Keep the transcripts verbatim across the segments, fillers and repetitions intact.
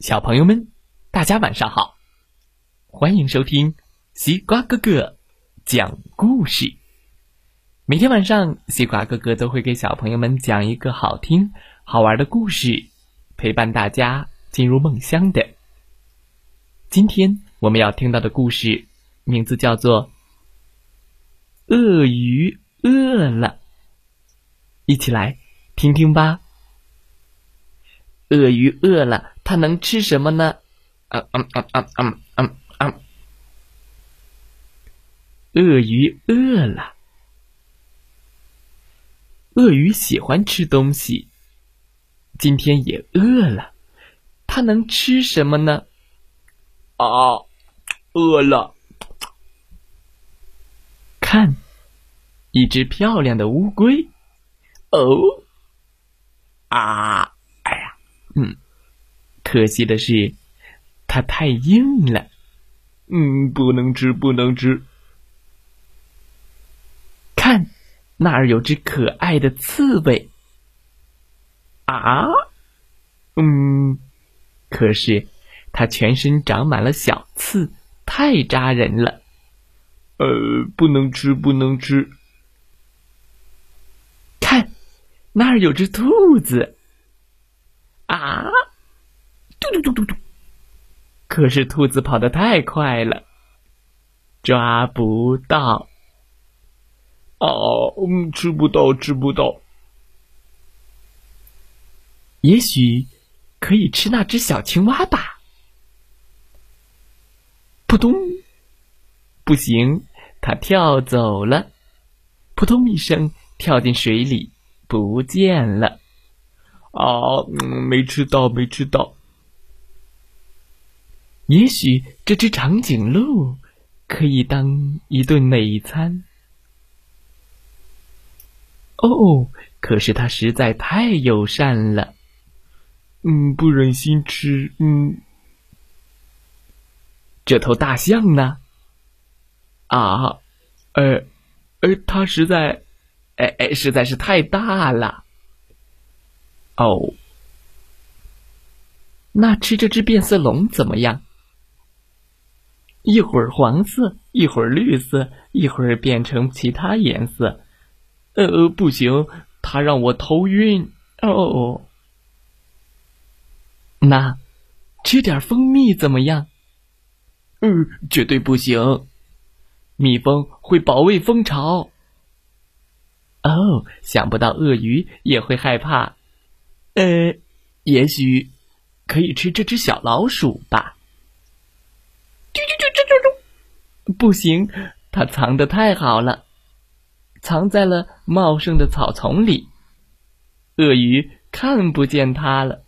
小朋友们，大家晚上好，欢迎收听西瓜哥哥讲故事。每天晚上，西瓜哥哥都会给小朋友们讲一个好听好玩的故事，陪伴大家进入梦乡的。今天我们要听到的故事名字叫做鳄鱼饿了，一起来听听吧。鳄鱼饿了，它能吃什么呢？嗯嗯嗯嗯嗯嗯嗯。鳄鱼饿了。鳄鱼喜欢吃东西，今天也饿了，它能吃什么呢？啊，饿了。看，一只漂亮的乌龟。哦，啊。嗯，可惜的是，它太硬了，嗯，不能吃，不能吃。看，那儿有只可爱的刺猬。啊，嗯，可是它全身长满了小刺，太扎人了，呃，不能吃，不能吃。看，那儿有只兔子。啊，嘟嘟嘟嘟嘟！可是兔子跑得太快了，抓不到。哦，嗯，吃不到，吃不到。也许可以吃那只小青蛙吧？扑通！不行，它跳走了。扑通一声，跳进水里，不见了。啊，嗯，没吃到，没吃到。也许这只长颈鹿可以当一顿美餐。哦，可是它实在太友善了，嗯，不忍心吃。嗯，这头大象呢？啊，呃，呃，它实在，哎哎，实在是太大了。哦，那吃这只变色龙怎么样？一会儿黄色，一会儿绿色，一会儿变成其他颜色。呃，不行，它让我头晕。哦，那吃点蜂蜜怎么样？嗯，绝对不行，蜜蜂会保卫蜂巢。哦，想不到鳄鱼也会害怕。呃，也许可以吃这只小老鼠吧？不行，它藏得太好了，藏在了茂盛的草丛里，鳄鱼看不见它了。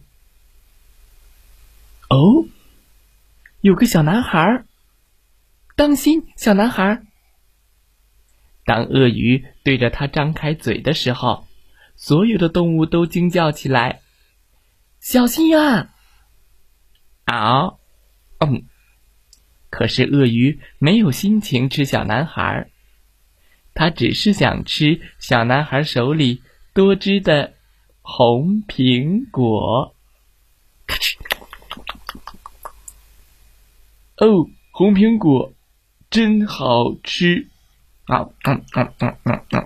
哦，有个小男孩，当心，小男孩！当鳄鱼对着它张开嘴的时候，所有的动物都惊叫起来：“小心啊！”啊，嗯。可是鳄鱼没有心情吃小男孩，他只是想吃小男孩手里多汁的红苹果。咔哧！哦，红苹果真好吃！啊，嗯嗯嗯嗯嗯。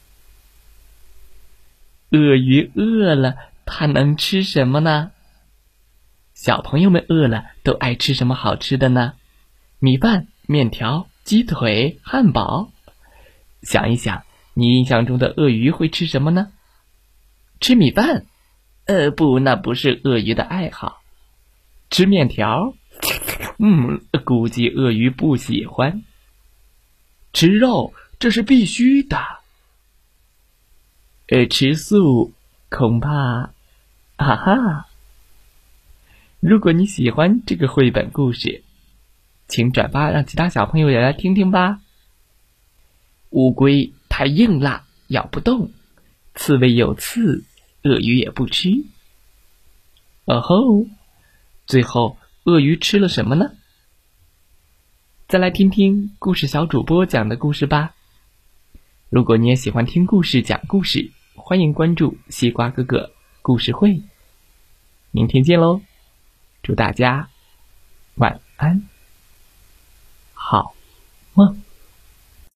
鳄鱼饿了，它能吃什么呢？小朋友们饿了都爱吃什么好吃的呢？米饭、面条、鸡腿、汉堡。想一想，你印象中的鳄鱼会吃什么呢？吃米饭？呃，不，那不是鳄鱼的爱好。吃面条？嗯，估计鳄鱼不喜欢。吃肉？这是必须的。呃，吃素？恐怕……哈哈！如果你喜欢这个绘本故事，请转发，让其他小朋友也来听听吧。乌龟太硬了，咬不动；刺猬有刺，鳄鱼也不吃。哦吼！最后，鳄鱼吃了什么呢？再来听听故事小主播讲的故事吧。如果你也喜欢听故事、讲故事，欢迎关注西瓜哥哥故事会。明天见喽！ 祝大家晚安，好梦。